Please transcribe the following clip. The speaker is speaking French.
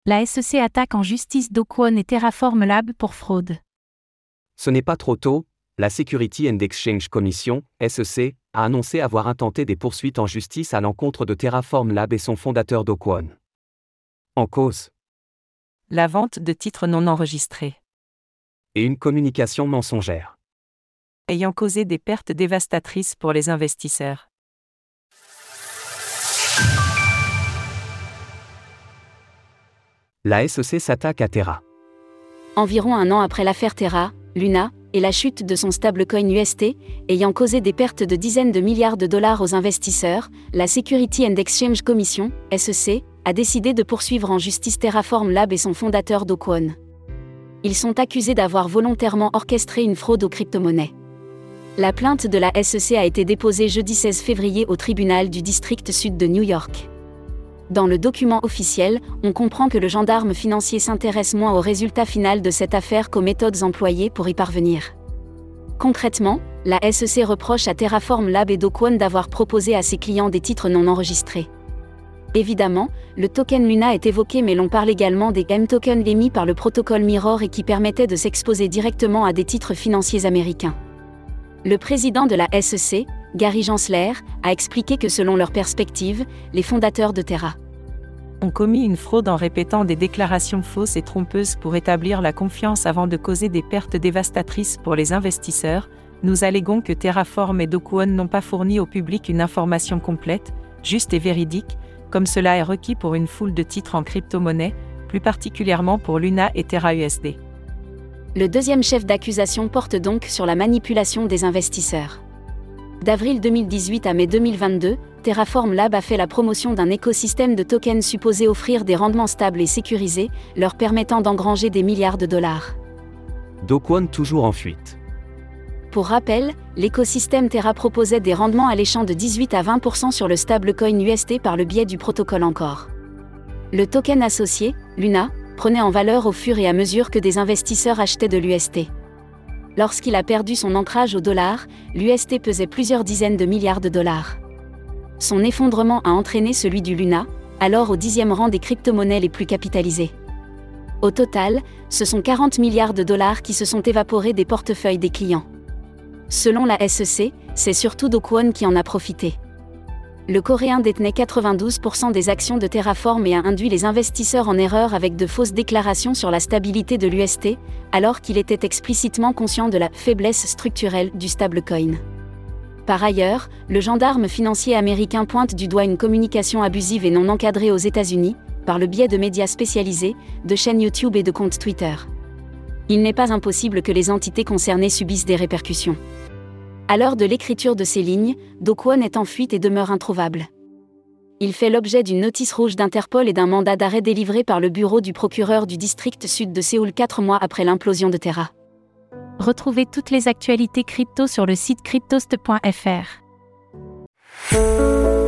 La SEC attaque en justice Do Kwon et Terraform Lab pour fraude. Ce n'est pas trop tôt, la Security and Exchange Commission, SEC, a annoncé avoir intenté des poursuites en justice à l'encontre de Terraform Lab et son fondateur Do Kwon. En cause, la vente de titres non enregistrés et une communication mensongère ayant causé des pertes dévastatrices pour les investisseurs. La SEC s'attaque à Terra. Environ un an après l'affaire Terra, Luna, et la chute de son stablecoin UST, ayant causé des pertes de dizaines de milliards de dollars aux investisseurs, la Security and Exchange Commission, SEC, a décidé de poursuivre en justice Terraform Lab et son fondateur Do Kwon. Ils sont accusés d'avoir volontairement orchestré une fraude aux crypto-monnaies. La plainte de la SEC a été déposée jeudi 16 février au tribunal du district sud de New York. Dans le document officiel, on comprend que le gendarme financier s'intéresse moins au résultat final de cette affaire qu'aux méthodes employées pour y parvenir. Concrètement, la SEC reproche à Terraform Lab et Do Kwon d'avoir proposé à ses clients des titres non enregistrés. Évidemment, le token Luna est évoqué, mais l'on parle également des M-tokens émis par le protocole Mirror et qui permettaient de s'exposer directement à des titres financiers américains. Le président de la SEC, Gary Gensler, a expliqué que selon leur perspective, les fondateurs de Terra ont commis une fraude en répétant des déclarations fausses et trompeuses pour établir la confiance avant de causer des pertes dévastatrices pour les investisseurs. Nous alléguons que Terraform et Do Kwon n'ont pas fourni au public une information complète, juste et véridique, comme cela est requis pour une foule de titres en crypto-monnaie, plus particulièrement pour Luna et Terra USD. Le deuxième chef d'accusation porte donc sur la manipulation des investisseurs. D'avril 2018 à mai 2022, Terraform Lab a fait la promotion d'un écosystème de tokens supposé offrir des rendements stables et sécurisés, leur permettant d'engranger des milliards de dollars. Do Kwon toujours en fuite. Pour rappel, l'écosystème Terra proposait des rendements alléchants de 18 à 20% sur le stablecoin UST par le biais du protocole Encore. Le token associé, Luna, prenait en valeur au fur et à mesure que des investisseurs achetaient de l'UST. Lorsqu'il a perdu son ancrage au dollar, l'UST pesait plusieurs dizaines de milliards de dollars. Son effondrement a entraîné celui du Luna, alors au 10e rang des crypto-monnaies les plus capitalisées. Au total, ce sont 40 milliards de dollars qui se sont évaporés des portefeuilles des clients. Selon la SEC, c'est surtout Do Kwon qui en a profité. Le Coréen détenait 92% des actions de Terraform et a induit les investisseurs en erreur avec de fausses déclarations sur la stabilité de l'UST, alors qu'il était explicitement conscient de la faiblesse structurelle du stablecoin. Par ailleurs, le gendarme financier américain pointe du doigt une communication abusive et non encadrée aux États-Unis, par le biais de médias spécialisés, de chaînes YouTube et de comptes Twitter. Il n'est pas impossible que les entités concernées subissent des répercussions. À l'heure de l'écriture de ces lignes, Do Kwon est en fuite et demeure introuvable. Il fait l'objet d'une notice rouge d'Interpol et d'un mandat d'arrêt délivré par le bureau du procureur du district sud de Séoul 4 mois après l'implosion de Terra. Retrouvez toutes les actualités crypto sur le site cryptost.fr.